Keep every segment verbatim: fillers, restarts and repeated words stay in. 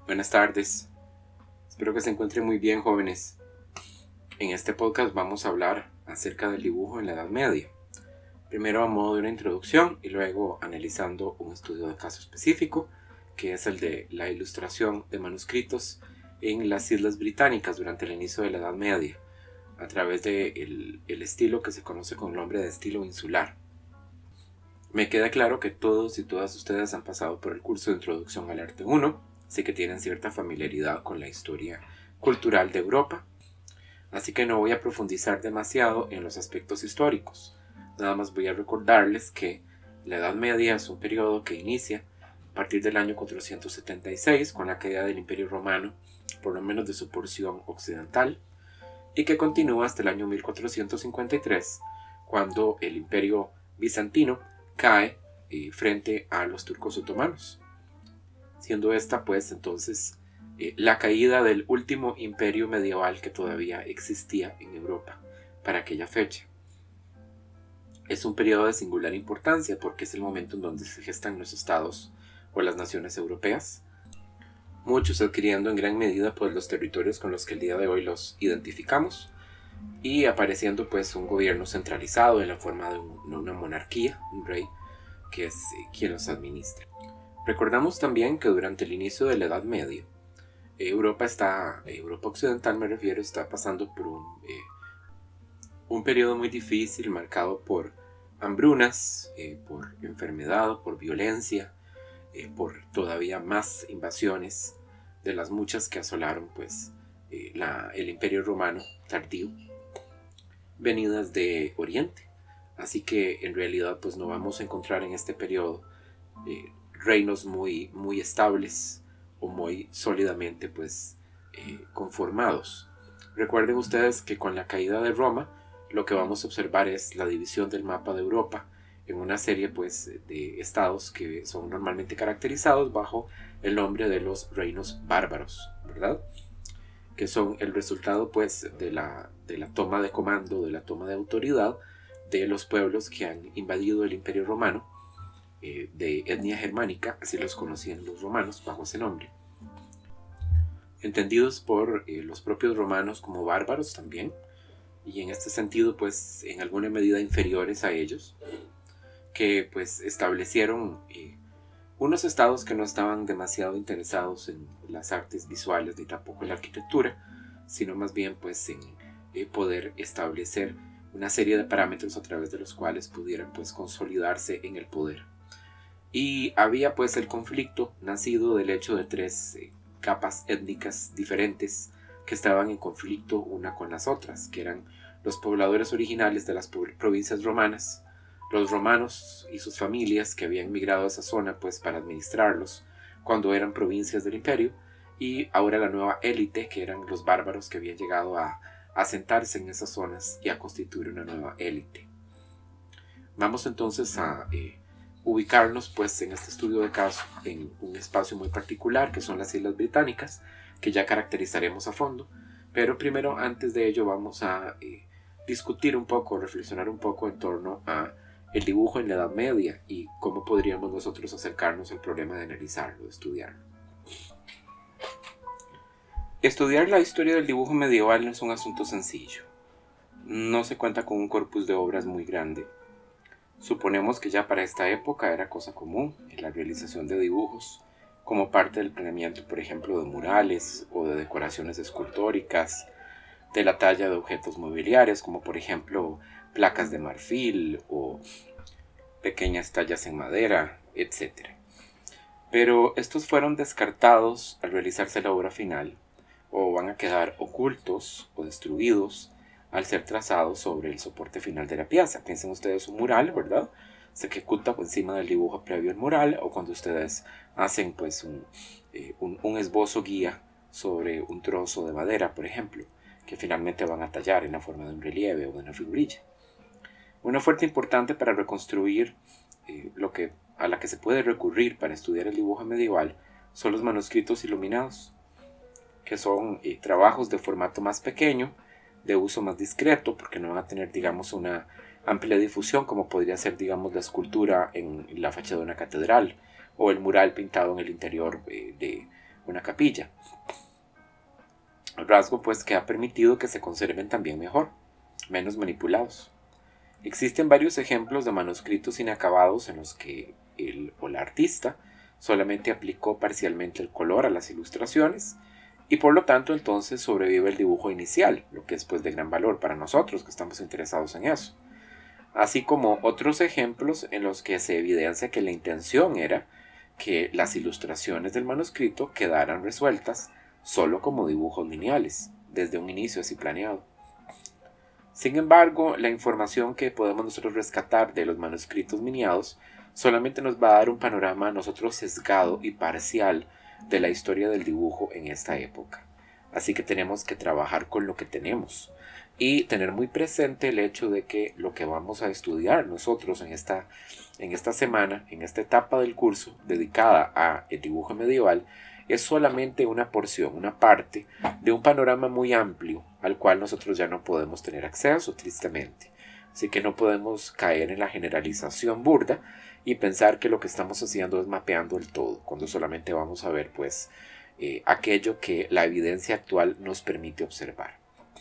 Buenas tardes, espero que se encuentren muy bien, jóvenes. En este podcast vamos a hablar acerca del dibujo en la Edad Media. Primero a modo de una introducción y luego analizando un estudio de caso específico, que es el de la ilustración de manuscritos en las Islas Británicas durante el inicio de la Edad Media, a través del el estilo que se conoce con el nombre de estilo insular. Me queda claro que todos y todas ustedes han pasado por el curso de Introducción al Arte uno, así que tienen cierta familiaridad con la historia cultural de Europa, así que no voy a profundizar demasiado en los aspectos históricos. Nada más voy a recordarles que la Edad Media es un periodo que inicia a partir del año cuatrocientos setenta y seis con la caída del Imperio Romano, por lo menos de su porción occidental, y que continúa hasta el año mil cuatrocientos cincuenta y tres, cuando el Imperio Bizantino cae eh, frente a los turcos otomanos, siendo esta pues entonces eh, la caída del último imperio medieval que todavía existía en Europa para aquella fecha. Es un periodo de singular importancia porque es el momento en donde se gestan los estados o las naciones europeas, muchos adquiriendo en gran medida pues los territorios con los que el día de hoy los identificamos, y apareciendo pues un gobierno centralizado en la forma de un, una monarquía, un rey que es eh, quien los administra. Recordamos también que durante el inicio de la Edad Media, Europa está, Europa occidental me refiero, está pasando por un, eh, un periodo muy difícil, marcado por hambrunas, eh, por enfermedad, por violencia, eh, por todavía más invasiones de las muchas que asolaron pues, eh, la, el Imperio Romano tardío, venidas de Oriente. Así que en realidad pues no vamos a encontrar en este periodo eh, reinos muy, muy estables o muy sólidamente pues, eh, conformados. Recuerden ustedes que con la caída de Roma lo que vamos a observar es la división del mapa de Europa en una serie pues, de estados que son normalmente caracterizados bajo el nombre de los reinos bárbaros, ¿verdad? Que son el resultado pues, de, la, de la toma de comando, de la toma de autoridad de los pueblos que han invadido el Imperio Romano, de etnia germánica, así los conocían los romanos bajo ese nombre, entendidos por eh, los propios romanos como bárbaros también, y en este sentido pues en alguna medida inferiores a ellos, que pues establecieron eh, unos estados que no estaban demasiado interesados en las artes visuales ni tampoco en la arquitectura, sino más bien pues en eh, poder establecer una serie de parámetros a través de los cuales pudieran pues consolidarse en el poder. Y había pues el conflicto nacido del hecho de tres eh, capas étnicas diferentes que estaban en conflicto una con las otras, que eran los pobladores originales de las provincias romanas, los romanos y sus familias que habían migrado a esa zona pues para administrarlos cuando eran provincias del imperio, y ahora la nueva élite, que eran los bárbaros que habían llegado a asentarse en esas zonas y a constituir una nueva élite. Vamos entonces a eh, ubicarnos pues en este estudio de caso en un espacio muy particular que son las Islas Británicas, que ya caracterizaremos a fondo, pero primero antes de ello vamos a eh, discutir un poco, reflexionar un poco en torno a el dibujo en la Edad Media y cómo podríamos nosotros acercarnos al problema de analizarlo, de estudiarlo. Estudiar la historia del dibujo medieval no es un asunto sencillo. No se cuenta con un corpus de obras muy grande. Suponemos que ya para esta época era cosa común en la realización de dibujos como parte del planeamiento, por ejemplo, de murales o de decoraciones escultóricas, de la talla de objetos mobiliarios como por ejemplo placas de marfil o pequeñas tallas en madera, etcétera. Pero estos fueron descartados al realizarse la obra final, o van a quedar ocultos o destruidos al ser trazados sobre el soporte final de la pieza. Piensen ustedes un mural, ¿verdad? Se ejecuta por encima del dibujo previo al mural, o cuando ustedes hacen pues un, eh, un, un esbozo guía sobre un trozo de madera, por ejemplo, que finalmente van a tallar en la forma de un relieve o de una figurilla. Una fuente importante para reconstruir eh, lo que, a la que se puede recurrir para estudiar el dibujo medieval son los manuscritos iluminados, que son eh, trabajos de formato más pequeño, de uso más discreto, porque no van a tener, digamos, una amplia difusión como podría ser, digamos, la escultura en la fachada de una catedral o el mural pintado en el interior eh, de una capilla. Rasgo pues que ha permitido que se conserven también mejor, menos manipulados. Existen varios ejemplos de manuscritos inacabados en los que el o la artista solamente aplicó parcialmente el color a las ilustraciones y por lo tanto entonces sobrevive el dibujo inicial, lo que es pues de gran valor para nosotros que estamos interesados en eso. Así como otros ejemplos en los que se evidencia que la intención era que las ilustraciones del manuscrito quedaran resueltas solo como dibujos lineales, desde un inicio así planeado. Sin embargo, la información que podemos nosotros rescatar de los manuscritos miniados solamente nos va a dar un panorama a nosotros sesgado y parcial de la historia del dibujo en esta época. Así que tenemos que trabajar con lo que tenemos y tener muy presente el hecho de que lo que vamos a estudiar nosotros en esta, en esta semana, en esta etapa del curso dedicada al dibujo medieval, es solamente una porción, una parte de un panorama muy amplio al cual nosotros ya no podemos tener acceso, tristemente. Así que no podemos caer en la generalización burda y pensar que lo que estamos haciendo es mapeando el todo, cuando solamente vamos a ver pues eh, aquello que la evidencia actual nos permite observar.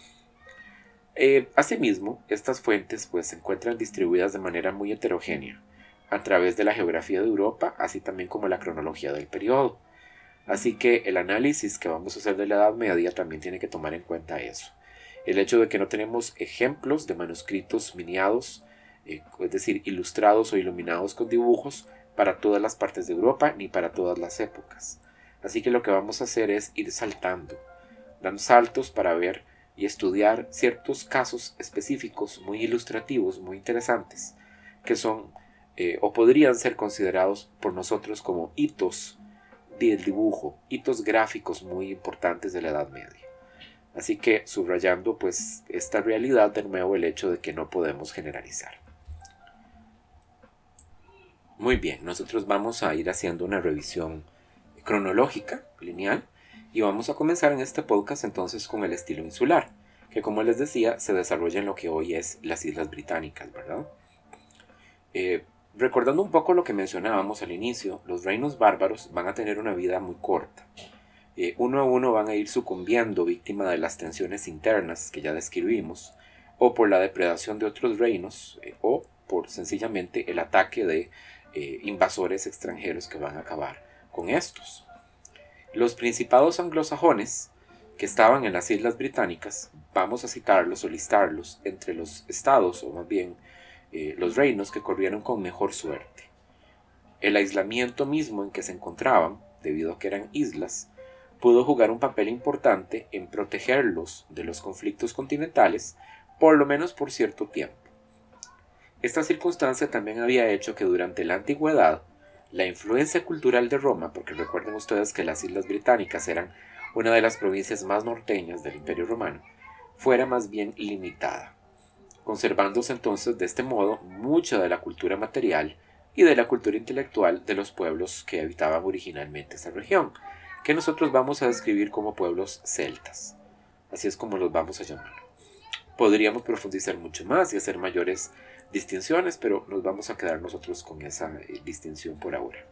Eh, asimismo, estas fuentes pues se encuentran distribuidas de manera muy heterogénea a través de la geografía de Europa, así también como la cronología del periodo. Así que el análisis que vamos a hacer de la Edad Media también tiene que tomar en cuenta eso. El hecho de que no tenemos ejemplos de manuscritos miniados, eh, es decir, ilustrados o iluminados con dibujos para todas las partes de Europa ni para todas las épocas. Así que lo que vamos a hacer es ir saltando, dando saltos para ver y estudiar ciertos casos específicos muy ilustrativos, muy interesantes, que son eh, o podrían ser considerados por nosotros como hitos del dibujo, hitos gráficos muy importantes de la Edad Media. Así que subrayando pues esta realidad de nuevo el hecho de que no podemos generalizar. Muy bien, nosotros vamos a ir haciendo una revisión cronológica, lineal, y vamos a comenzar en este podcast entonces con el estilo insular, que como les decía se desarrolla en lo que hoy es las Islas Británicas, ¿verdad? Eh, Recordando un poco lo que mencionábamos al inicio, los reinos bárbaros van a tener una vida muy corta. Eh, uno a uno van a ir sucumbiendo víctima de las tensiones internas que ya describimos, o por la depredación de otros reinos, eh, o por sencillamente el ataque de eh, invasores extranjeros que van a acabar con estos. Los principados anglosajones que estaban en las Islas Británicas, vamos a citarlos o listarlos entre los estados, o más bien Eh, los reinos que corrieron con mejor suerte. El aislamiento mismo en que se encontraban, debido a que eran islas, pudo jugar un papel importante en protegerlos de los conflictos continentales, por lo menos por cierto tiempo. Esta circunstancia también había hecho que durante la antigüedad, la influencia cultural de Roma, porque recuerden ustedes que las Islas Británicas eran una de las provincias más norteñas del Imperio Romano, fuera más bien limitada, conservándose entonces de este modo mucha de la cultura material y de la cultura intelectual de los pueblos que habitaban originalmente esa región, que nosotros vamos a describir como pueblos celtas. Así es como los vamos a llamar. Podríamos profundizar mucho más y hacer mayores distinciones, pero nos vamos a quedar nosotros con esa eh, distinción por ahora.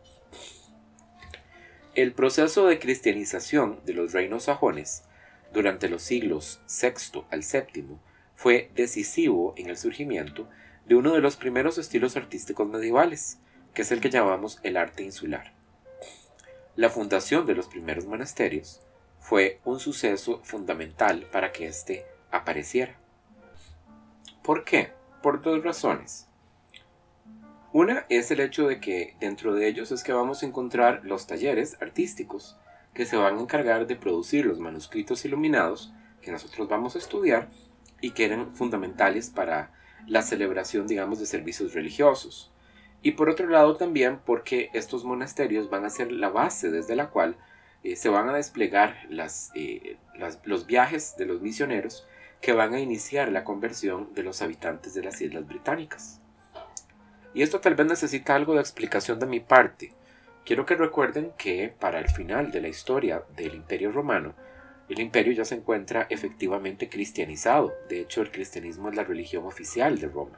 El proceso de cristianización de los reinos sajones durante los siglos sexto al séptimo fue decisivo en el surgimiento de uno de los primeros estilos artísticos medievales, que es el que llamamos el arte insular. La fundación de los primeros monasterios fue un suceso fundamental para que éste apareciera. ¿Por qué? Por dos razones. Una es el hecho de que dentro de ellos es que vamos a encontrar los talleres artísticos que se van a encargar de producir los manuscritos iluminados que nosotros vamos a estudiar y que eran fundamentales para la celebración, digamos, de servicios religiosos. Y por otro lado también porque estos monasterios van a ser la base desde la cual eh, se van a desplegar las, eh, las, los viajes de los misioneros que van a iniciar la conversión de los habitantes de las Islas Británicas. Y esto tal vez necesita algo de explicación de mi parte. Quiero que recuerden que para el final de la historia del Imperio Romano, el imperio ya se encuentra efectivamente cristianizado. De hecho, el cristianismo es la religión oficial de Roma.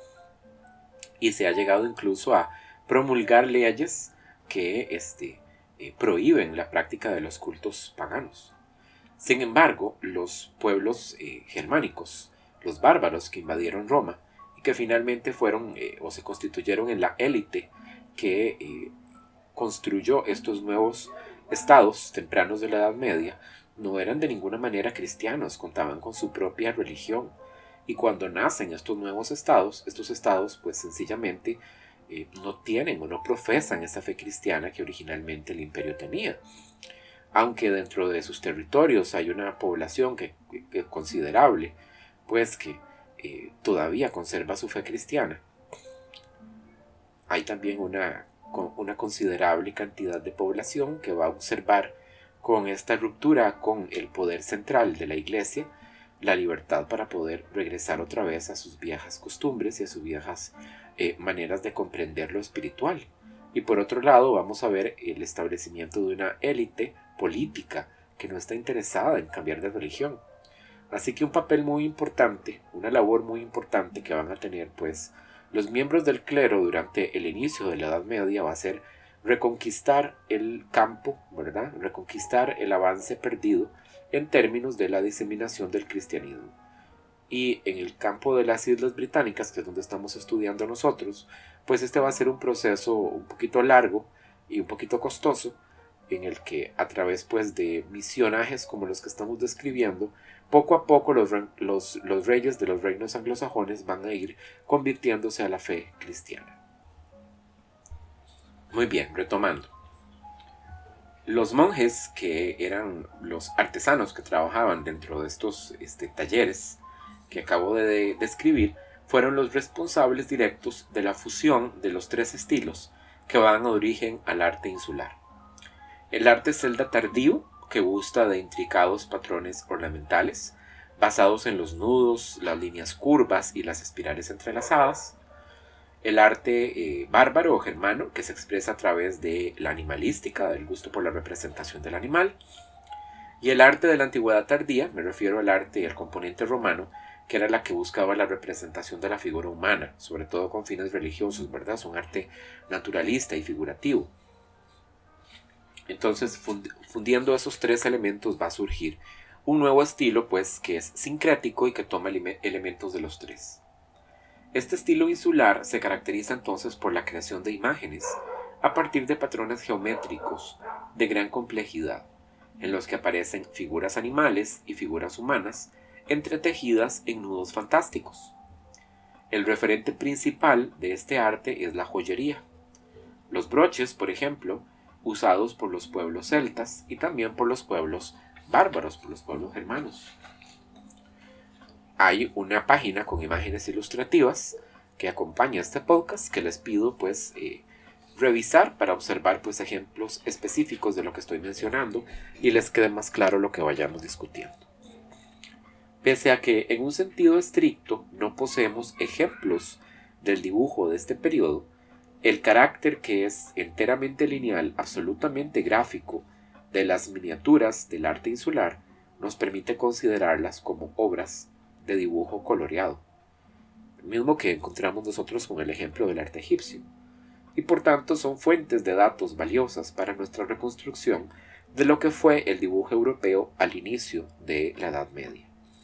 Y se ha llegado incluso a promulgar leyes que este, eh, prohíben la práctica de los cultos paganos. Sin embargo, los pueblos eh, germánicos, los bárbaros que invadieron Roma y que finalmente fueron eh, o se constituyeron en la élite que eh, construyó estos nuevos estados tempranos de la Edad Media, no eran de ninguna manera cristianos, contaban con su propia religión. Y cuando nacen estos nuevos estados, estos estados pues sencillamente eh, no tienen o no profesan esa fe cristiana que originalmente el imperio tenía. Aunque dentro de sus territorios hay una población que, que, que considerable, pues que eh, todavía conserva su fe cristiana, hay también una, una considerable cantidad de población que va a observar con esta ruptura con el poder central de la iglesia la libertad para poder regresar otra vez a sus viejas costumbres y a sus viejas eh, maneras de comprender lo espiritual. Y por otro lado vamos a ver el establecimiento de una élite política que no está interesada en cambiar de religión. Así que un papel muy importante, una labor muy importante que van a tener pues los miembros del clero durante el inicio de la Edad Media va a ser reconquistar el campo, ¿verdad? Reconquistar el avance perdido en términos de la diseminación del cristianismo. Y en el campo de las Islas Británicas, que es donde estamos estudiando nosotros, pues este va a ser un proceso un poquito largo y un poquito costoso, en el que a través pues de misionajes como los que estamos describiendo, poco a poco los, los, los reyes de los reinos anglosajones van a ir convirtiéndose a la fe cristiana. Muy bien, retomando. Los monjes, que eran los artesanos que trabajaban dentro de estos este, talleres que acabo de describir, fueron los responsables directos de la fusión de los tres estilos que van a origen al arte insular. El arte celta tardío, que gusta de intricados patrones ornamentales, basados en los nudos, las líneas curvas y las espirales entrelazadas. El arte eh, bárbaro o germano, que se expresa a través de la animalística, del gusto por la representación del animal. Y el arte de la antigüedad tardía, me refiero al arte y al componente romano, que era la que buscaba la representación de la figura humana, sobre todo con fines religiosos, ¿verdad? Es un arte naturalista y figurativo. Entonces, fundiendo esos tres elementos va a surgir un nuevo estilo, pues, que es sincrético y que toma ele- elementos de los tres. Este estilo insular se caracteriza entonces por la creación de imágenes a partir de patrones geométricos de gran complejidad, en los que aparecen figuras animales y figuras humanas entretejidas en nudos fantásticos. El referente principal de este arte es la joyería. Los broches, por ejemplo, usados por los pueblos celtas y también por los pueblos bárbaros, por los pueblos germanos. Hay una página con imágenes ilustrativas que acompaña este podcast que les pido pues eh, revisar para observar pues ejemplos específicos de lo que estoy mencionando y les quede más claro lo que vayamos discutiendo. Pese a que en un sentido estricto no poseemos ejemplos del dibujo de este periodo, el carácter que es enteramente lineal, absolutamente gráfico, de las miniaturas del arte insular nos permite considerarlas como obras de dibujo coloreado, mismo que encontramos nosotros con el ejemplo del arte egipcio, y por tanto son fuentes de datos valiosas para nuestra reconstrucción de lo que fue el dibujo europeo al inicio de la Edad Media.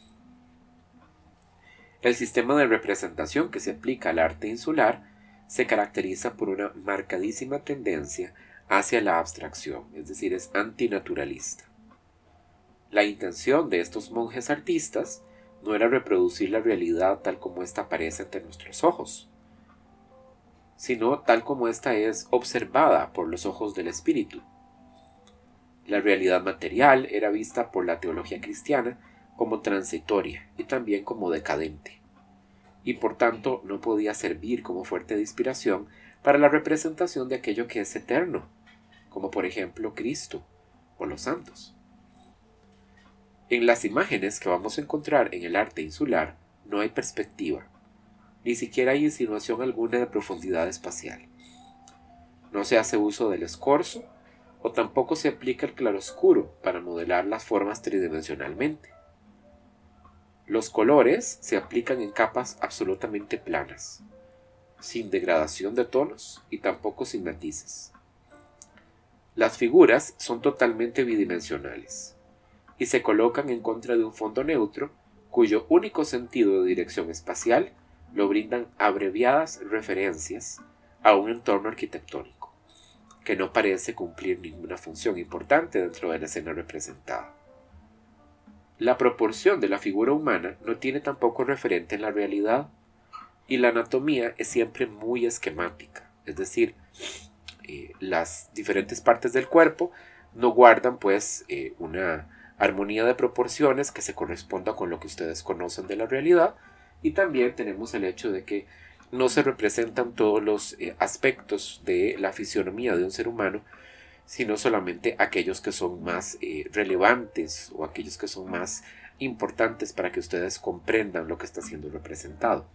El sistema de representación que se aplica al arte insular se caracteriza por una marcadísima tendencia hacia la abstracción, es decir, es antinaturalista. La intención de estos monjes artistas no era reproducir la realidad tal como ésta aparece ante nuestros ojos, sino tal como ésta es observada por los ojos del espíritu. La realidad material era vista por la teología cristiana como transitoria y también como decadente, y por tanto no podía servir como fuente de inspiración para la representación de aquello que es eterno, como por ejemplo Cristo o los santos. En las imágenes que vamos a encontrar en el arte insular no hay perspectiva, ni siquiera hay insinuación alguna de profundidad espacial. No se hace uso del escorzo o tampoco se aplica el claroscuro para modelar las formas tridimensionalmente. Los colores se aplican en capas absolutamente planas, sin degradación de tonos y tampoco sin matices. Las figuras son totalmente bidimensionales y se colocan en contra de un fondo neutro cuyo único sentido de dirección espacial lo brindan abreviadas referencias a un entorno arquitectónico que no parece cumplir ninguna función importante dentro de la escena representada. La proporción de la figura humana no tiene tampoco referente en la realidad y la anatomía es siempre muy esquemática, es decir, eh, las diferentes partes del cuerpo no guardan pues eh, una armonía de proporciones que se corresponda con lo que ustedes conocen de la realidad, y también tenemos el hecho de que no se representan todos los eh, aspectos de la fisionomía de un ser humano, sino solamente aquellos que son más eh, relevantes o aquellos que son más importantes para que ustedes comprendan lo que está siendo representado.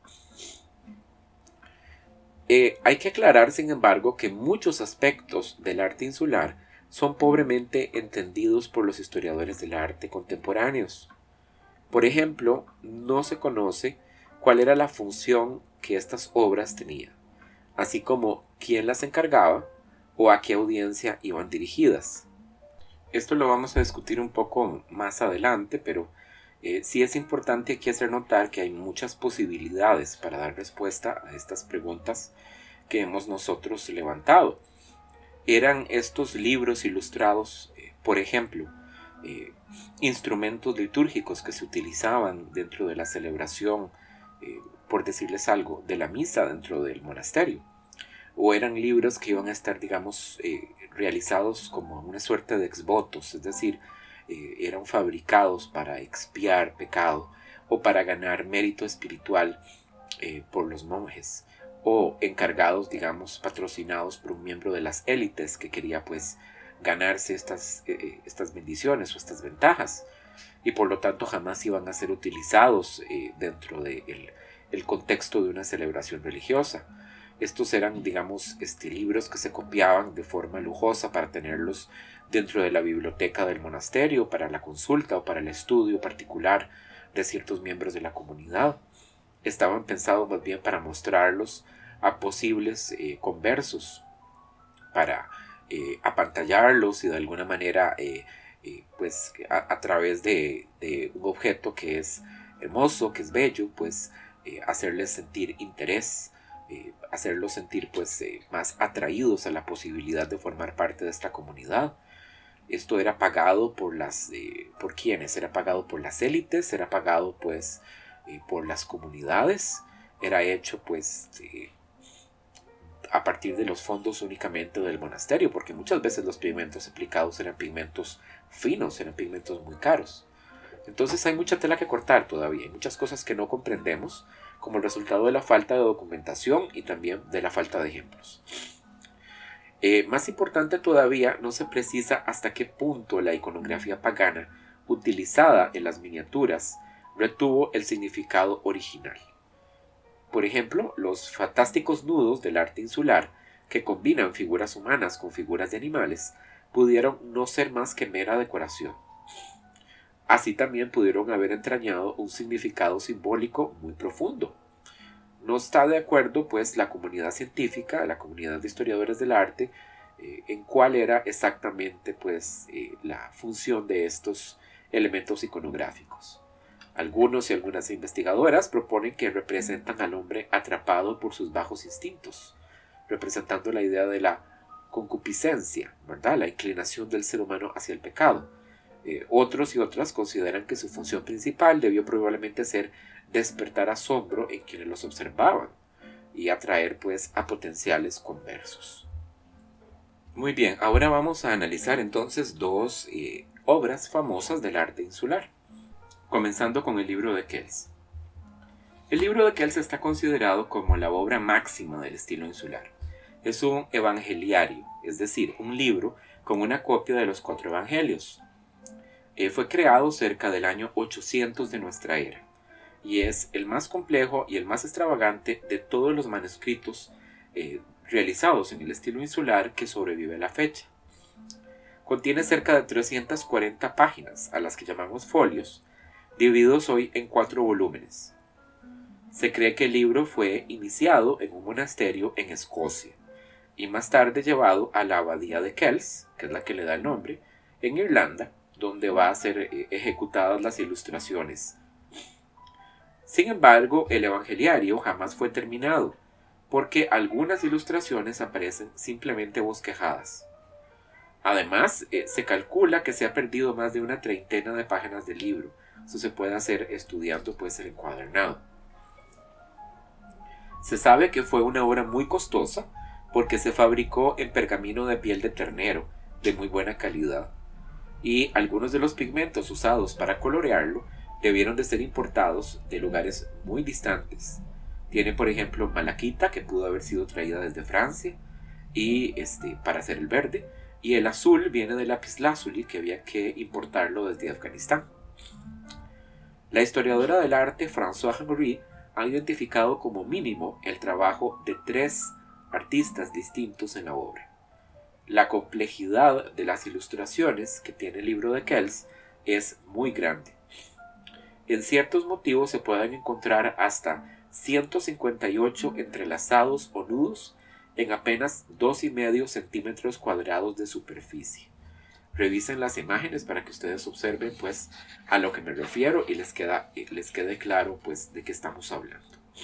Eh, hay que aclarar, sin embargo, que muchos aspectos del arte insular son pobremente entendidos por los historiadores del arte contemporáneos. Por ejemplo, no se conoce cuál era la función que estas obras tenían, así como quién las encargaba o a qué audiencia iban dirigidas. Esto lo vamos a discutir un poco más adelante, pero eh, sí es importante aquí hacer notar que hay muchas posibilidades para dar respuesta a estas preguntas que hemos nosotros levantado. Eran estos libros ilustrados, eh, por ejemplo, eh, instrumentos litúrgicos que se utilizaban dentro de la celebración, eh, por decirles algo, de la misa dentro del monasterio, o eran libros que iban a estar, digamos, eh, realizados como una suerte de exvotos, es decir, eh, eran fabricados para expiar pecado o para ganar mérito espiritual eh, por los monjes, o encargados, digamos, patrocinados por un miembro de las élites que quería pues ganarse estas, eh, estas bendiciones o estas ventajas, y por lo tanto jamás iban a ser utilizados eh, dentro del de el contexto de una celebración religiosa. Estos eran, digamos, este, libros que se copiaban de forma lujosa para tenerlos dentro de la biblioteca del monasterio, para la consulta o para el estudio particular de ciertos miembros de la comunidad. Estaban pensados más bien para mostrarlos a posibles eh, conversos, para eh, apantallarlos y de alguna manera, eh, eh, pues a, a través de, de un objeto que es hermoso, que es bello, pues eh, hacerles sentir interés, eh, hacerlos sentir pues eh, más atraídos a la posibilidad de formar parte de esta comunidad. Esto era pagado por las, eh, ¿por quiénes? Era pagado por las élites, era pagado pues eh, por las comunidades, era hecho pues eh, a partir de los fondos únicamente del monasterio, porque muchas veces los pigmentos aplicados eran pigmentos finos, eran pigmentos muy caros. Entonces hay mucha tela que cortar todavía, hay muchas cosas que no comprendemos como resultado de la falta de documentación y también de la falta de ejemplos. Eh, más importante todavía, no se precisa hasta qué punto la iconografía pagana utilizada en las miniaturas retuvo el significado original. Por ejemplo, los fantásticos nudos del arte insular, que combinan figuras humanas con figuras de animales, pudieron no ser más que mera decoración. Así también pudieron haber entrañado un significado simbólico muy profundo. No está de acuerdo, pues, la comunidad científica, la comunidad de historiadores del arte, eh, en cuál era exactamente, pues, eh, la función de estos elementos iconográficos. Algunos y algunas investigadoras proponen que representan al hombre atrapado por sus bajos instintos, representando la idea de la concupiscencia, ¿verdad? La inclinación del ser humano hacia el pecado. Eh, otros y otras consideran que su función principal debió probablemente ser despertar asombro en quienes los observaban y atraer pues a potenciales conversos. Muy bien, ahora vamos a analizar entonces dos eh, obras famosas del arte insular, comenzando con el libro de Kells. El libro de Kells está considerado como la obra máxima del estilo insular. Es un evangeliario, es decir, un libro con una copia de los cuatro evangelios. Eh, fue creado cerca del año ochocientos de nuestra era y es el más complejo y el más extravagante de todos los manuscritos eh, realizados en el estilo insular que sobrevive a la fecha. Contiene cerca de trescientas cuarenta páginas, a las que llamamos folios, divididos hoy en cuatro volúmenes. Se cree que el libro fue iniciado en un monasterio en Escocia y más tarde llevado a la abadía de Kells, que es la que le da el nombre, en Irlanda, donde va a ser ejecutadas las ilustraciones. Sin embargo, el Evangeliario jamás fue terminado, porque algunas ilustraciones aparecen simplemente bosquejadas. Además, eh, se calcula que se ha perdido más de una treintena de páginas del libro. Eso se puede hacer estudiando pues, el encuadernado. Se sabe que fue una obra muy costosa porque se fabricó en pergamino de piel de ternero, de muy buena calidad, y algunos de los pigmentos usados para colorearlo debieron de ser importados de lugares muy distantes. Tiene, por ejemplo, malaquita, que pudo haber sido traída desde Francia y este, para hacer el verde, y el azul viene de lapislázuli, que había que importarlo desde Afganistán. La historiadora del arte Françoise Henry ha identificado como mínimo el trabajo de tres artistas distintos en la obra. La complejidad de las ilustraciones que tiene el libro de Kells es muy grande. En ciertos motivos se pueden encontrar hasta ciento cincuenta y ocho entrelazados o nudos en apenas dos y medio centímetros cuadrados de superficie. Revisen las imágenes para que ustedes observen pues a lo que me refiero y les, queda, les quede claro pues de qué estamos hablando.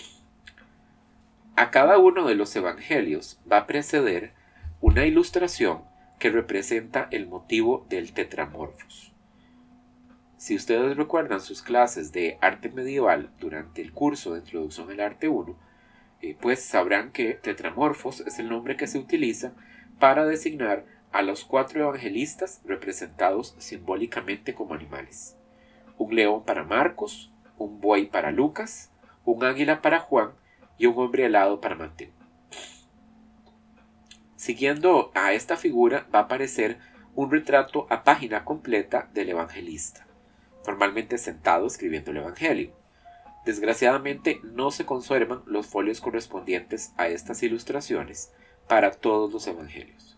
A cada uno de los evangelios va a preceder una ilustración que representa el motivo del tetramorfos. Si ustedes recuerdan sus clases de arte medieval durante el curso de Introducción al Arte uno, eh, pues sabrán que tetramorfos es el nombre que se utiliza para designar a los cuatro evangelistas representados simbólicamente como animales. Un león para Marcos, un buey para Lucas, un águila para Juan y un hombre alado para Mateo. Siguiendo a esta figura va a aparecer un retrato a página completa del evangelista, normalmente sentado escribiendo el evangelio. Desgraciadamente no se conservan los folios correspondientes a estas ilustraciones para todos los evangelios.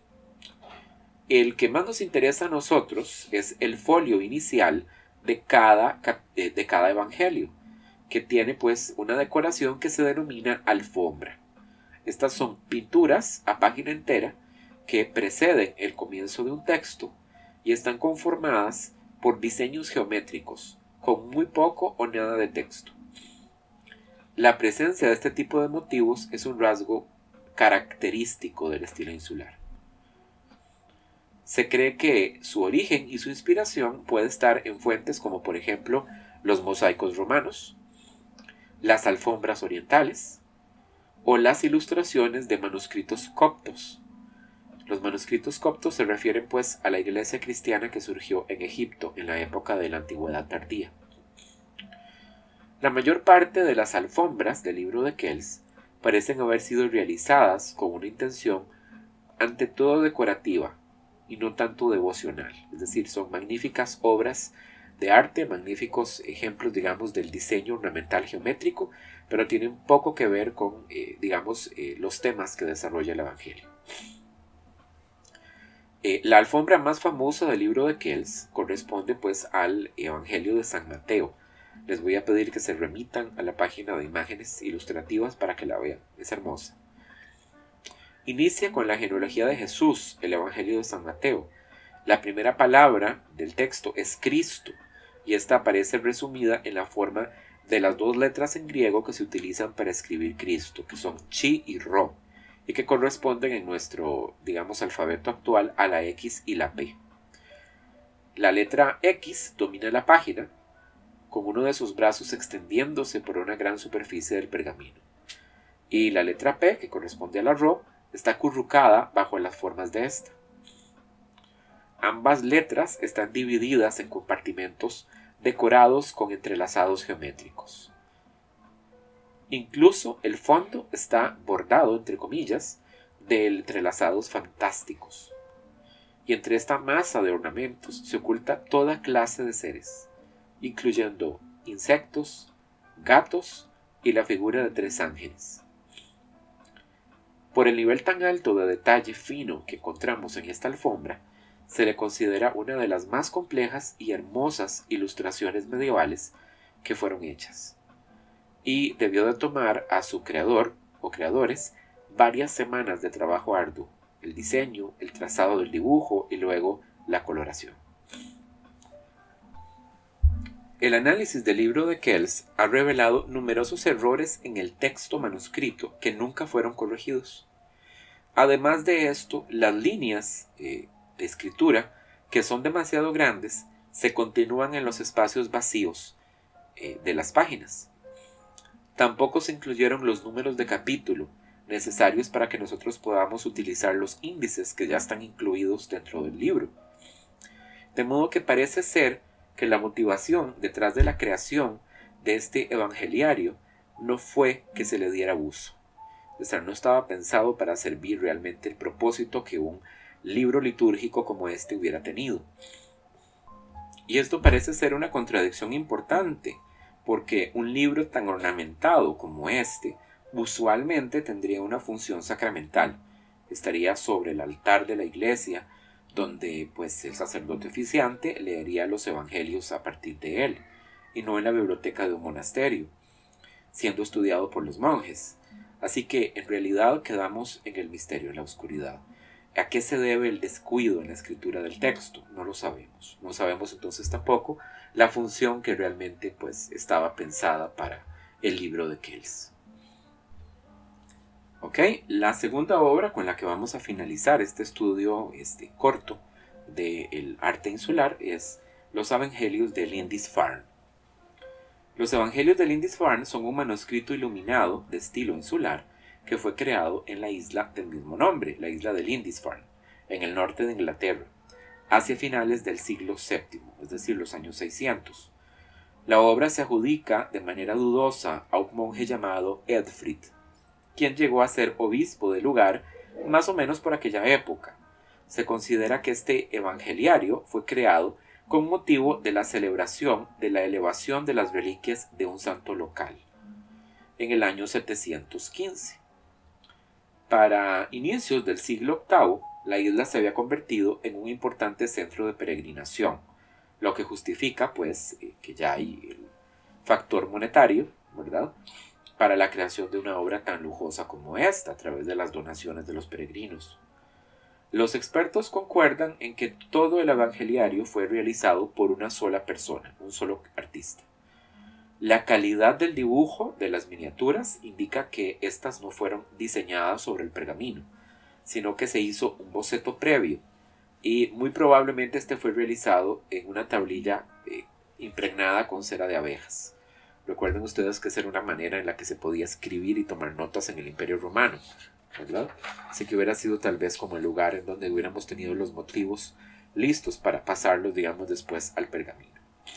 El que más nos interesa a nosotros es el folio inicial de cada, de cada evangelio, que tiene pues una decoración que se denomina alfombra. Estas son pinturas a página entera que preceden el comienzo de un texto y están conformadas por diseños geométricos, con muy poco o nada de texto. La presencia de este tipo de motivos es un rasgo característico del estilo insular. Se cree que su origen y su inspiración puede estar en fuentes como por ejemplo los mosaicos romanos, las alfombras orientales o las ilustraciones de manuscritos coptos. Los manuscritos coptos se refieren pues a la iglesia cristiana que surgió en Egipto en la época de la antigüedad tardía. La mayor parte de las alfombras del libro de Kells parecen haber sido realizadas con una intención ante todo decorativa y no tanto devocional, es decir, son magníficas obras de arte, magníficos ejemplos, digamos, del diseño ornamental geométrico, pero tienen poco que ver con, eh, digamos, eh, los temas que desarrolla el Evangelio. Eh, la alfombra más famosa del libro de Kells corresponde pues al Evangelio de San Mateo. Les voy a pedir que se remitan a la página de imágenes ilustrativas para que la vean, es hermosa. Inicia con la genealogía de Jesús, el Evangelio de San Mateo. La primera palabra del texto es Cristo, y esta aparece resumida en la forma de las dos letras en griego que se utilizan para escribir Cristo, que son chi y ro, y que corresponden en nuestro, digamos, alfabeto actual a la X y la P. La letra X domina la página, con uno de sus brazos extendiéndose por una gran superficie del pergamino. Y la letra P, que corresponde a la ro, está acurrucada bajo las formas de esta. Ambas letras están divididas en compartimentos decorados con entrelazados geométricos. Incluso el fondo está bordado, entre comillas, de entrelazados fantásticos. Y entre esta masa de ornamentos se oculta toda clase de seres, incluyendo insectos, gatos y la figura de tres ángeles. Por el nivel tan alto de detalle fino que encontramos en esta alfombra, se le considera una de las más complejas y hermosas ilustraciones medievales que fueron hechas, y debió de tomar a su creador o creadores varias semanas de trabajo arduo: el diseño, el trazado del dibujo y luego la coloración. El análisis del libro de Kells ha revelado numerosos errores en el texto manuscrito que nunca fueron corregidos. Además de esto, las líneas eh, de escritura, que son demasiado grandes, se continúan en los espacios vacíos eh, de las páginas. Tampoco se incluyeron los números de capítulo necesarios para que nosotros podamos utilizar los índices que ya están incluidos dentro del libro. De modo que parece ser que la motivación detrás de la creación de este evangeliario no fue que se le diera uso. O sea, no estaba pensado para servir realmente el propósito que un libro litúrgico como este hubiera tenido. Y esto parece ser una contradicción importante, porque un libro tan ornamentado como este usualmente tendría una función sacramental. Estaría sobre el altar de la iglesia, donde pues el sacerdote oficiante leería los evangelios a partir de él, y no en la biblioteca de un monasterio, siendo estudiado por los monjes. Así que en realidad quedamos en el misterio, en la oscuridad. ¿A qué se debe el descuido en la escritura del texto? No lo sabemos. No sabemos entonces tampoco la función que realmente pues estaba pensada para el libro de Kells. Ok, la segunda obra con la que vamos a finalizar este estudio este, corto del arte insular es Los Evangelios de Lindisfarne. Los Evangelios de Lindisfarne son un manuscrito iluminado de estilo insular que fue creado en la isla del mismo nombre, la isla de Lindisfarne, en el norte de Inglaterra, hacia finales del siglo séptimo, es decir, los años seiscientos. La obra se adjudica de manera dudosa a un monje llamado Edfrid, quien llegó a ser obispo del lugar más o menos por aquella época. Se considera que este evangeliario fue creado con motivo de la celebración de la elevación de las reliquias de un santo local, en el año setecientos quince. Para inicios del siglo octavo, la isla se había convertido en un importante centro de peregrinación, lo que justifica pues que ya hay el factor monetario, ¿verdad?, para la creación de una obra tan lujosa como esta, a través de las donaciones de los peregrinos. Los expertos concuerdan en que todo el evangeliario fue realizado por una sola persona, un solo artista. La calidad del dibujo de las miniaturas indica que éstas no fueron diseñadas sobre el pergamino, sino que se hizo un boceto previo, y muy probablemente este fue realizado en una tablilla eh, impregnada con cera de abejas. Recuerden ustedes que esa era una manera en la que se podía escribir y tomar notas en el Imperio Romano, ¿verdad? Así que hubiera sido tal vez como el lugar en donde hubiéramos tenido los motivos listos para pasarlos, digamos, después al pergamino.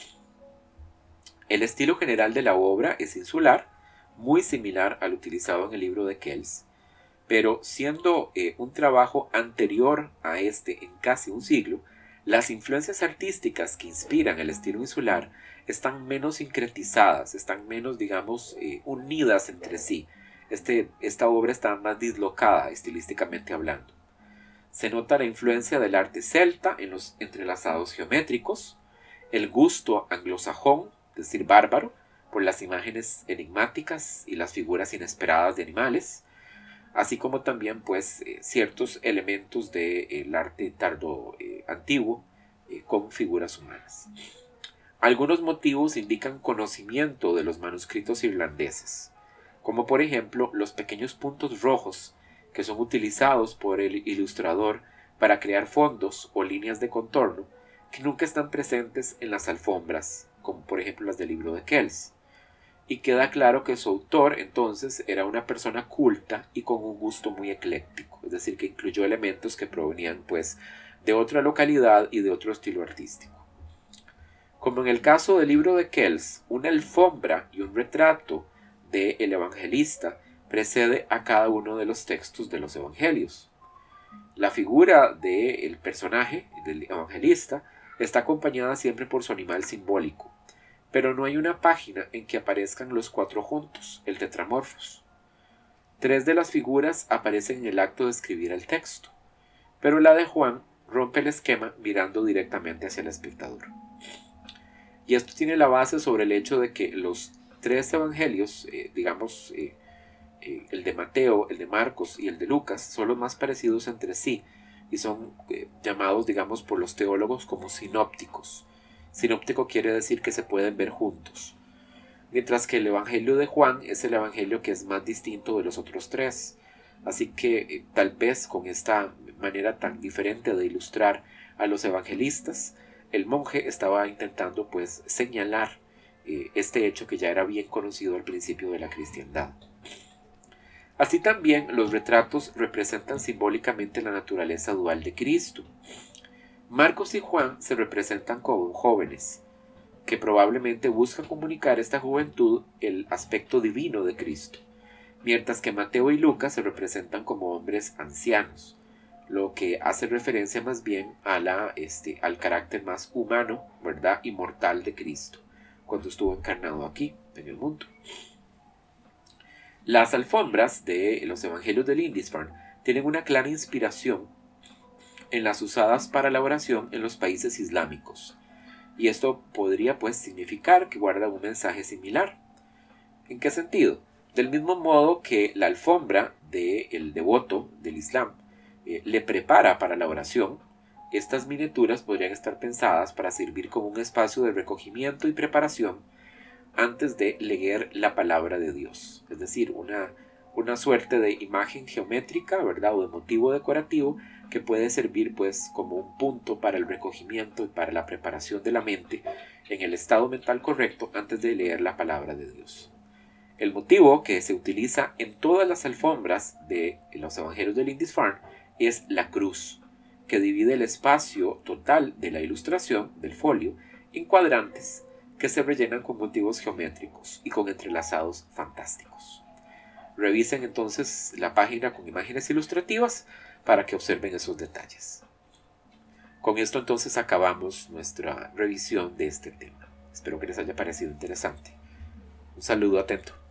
El estilo general de la obra es insular, muy similar al utilizado en el libro de Kells, pero siendo eh, un trabajo anterior a este en casi un siglo, las influencias artísticas que inspiran el estilo insular están menos sincretizadas, están menos, digamos, eh, unidas entre sí. Este, esta obra está más dislocada estilísticamente hablando. Se nota la influencia del arte celta en los entrelazados geométricos, el gusto anglosajón, es decir, bárbaro, por las imágenes enigmáticas y las figuras inesperadas de animales, así como también pues eh, ciertos elementos del arte tardo eh, antiguo eh, con figuras humanas. Algunos motivos indican conocimiento de los manuscritos irlandeses, como por ejemplo los pequeños puntos rojos que son utilizados por el ilustrador para crear fondos o líneas de contorno que nunca están presentes en las alfombras, como por ejemplo las del libro de Kells. Y queda claro que su autor entonces era una persona culta y con un gusto muy ecléctico, es decir, que incluyó elementos que provenían pues de otra localidad y de otro estilo artístico. Como en el caso del libro de Kells, una alfombra y un retrato del evangelista precede a cada uno de los textos de los evangelios. La figura del personaje, del evangelista, está acompañada siempre por su animal simbólico, pero no hay una página en que aparezcan los cuatro juntos, el tetramorfos. Tres de las figuras aparecen en el acto de escribir el texto, pero la de Juan rompe el esquema mirando directamente hacia el espectador. Y esto tiene la base sobre el hecho de que los tres evangelios, eh, digamos, eh, eh, el de Mateo, el de Marcos y el de Lucas son los más parecidos entre sí y son eh, llamados, digamos, por los teólogos como sinópticos. Sinóptico quiere decir que se pueden ver juntos, mientras que el Evangelio de Juan es el Evangelio que es más distinto de los otros tres. Así que eh, tal vez con esta manera tan diferente de ilustrar a los evangelistas, el monje estaba intentando pues señalar eh, este hecho que ya era bien conocido al principio de la cristiandad. Así también los retratos representan simbólicamente la naturaleza dual de Cristo. Marcos y Juan se representan como jóvenes, que probablemente buscan comunicar a esta juventud el aspecto divino de Cristo, mientras que Mateo y Lucas se representan como hombres ancianos, lo que hace referencia más bien a la, este, al carácter más humano, ¿verdad?, y mortal de Cristo, cuando estuvo encarnado aquí, en el mundo. Las alfombras de los evangelios de Lindisfarne tienen una clara inspiración en las usadas para la oración en los países islámicos, y esto podría pues significar que guarda un mensaje similar. ¿En qué sentido? Del mismo modo que la alfombra del devoto del Islam eh, le prepara para la oración, estas miniaturas podrían estar pensadas para servir como un espacio de recogimiento y preparación antes de leer la palabra de Dios. Es decir, una, una suerte de imagen geométrica, ¿verdad?, o de motivo decorativo que puede servir pues como un punto para el recogimiento y para la preparación de la mente en el estado mental correcto antes de leer la palabra de Dios. El motivo que se utiliza en todas las alfombras de los evangelios de Lindisfarne es la cruz, que divide el espacio total de la ilustración del folio en cuadrantes que se rellenan con motivos geométricos y con entrelazados fantásticos. Revisen entonces la página con imágenes ilustrativas para que observen esos detalles. Con esto entonces acabamos nuestra revisión de este tema. Espero que les haya parecido interesante. Un saludo atento.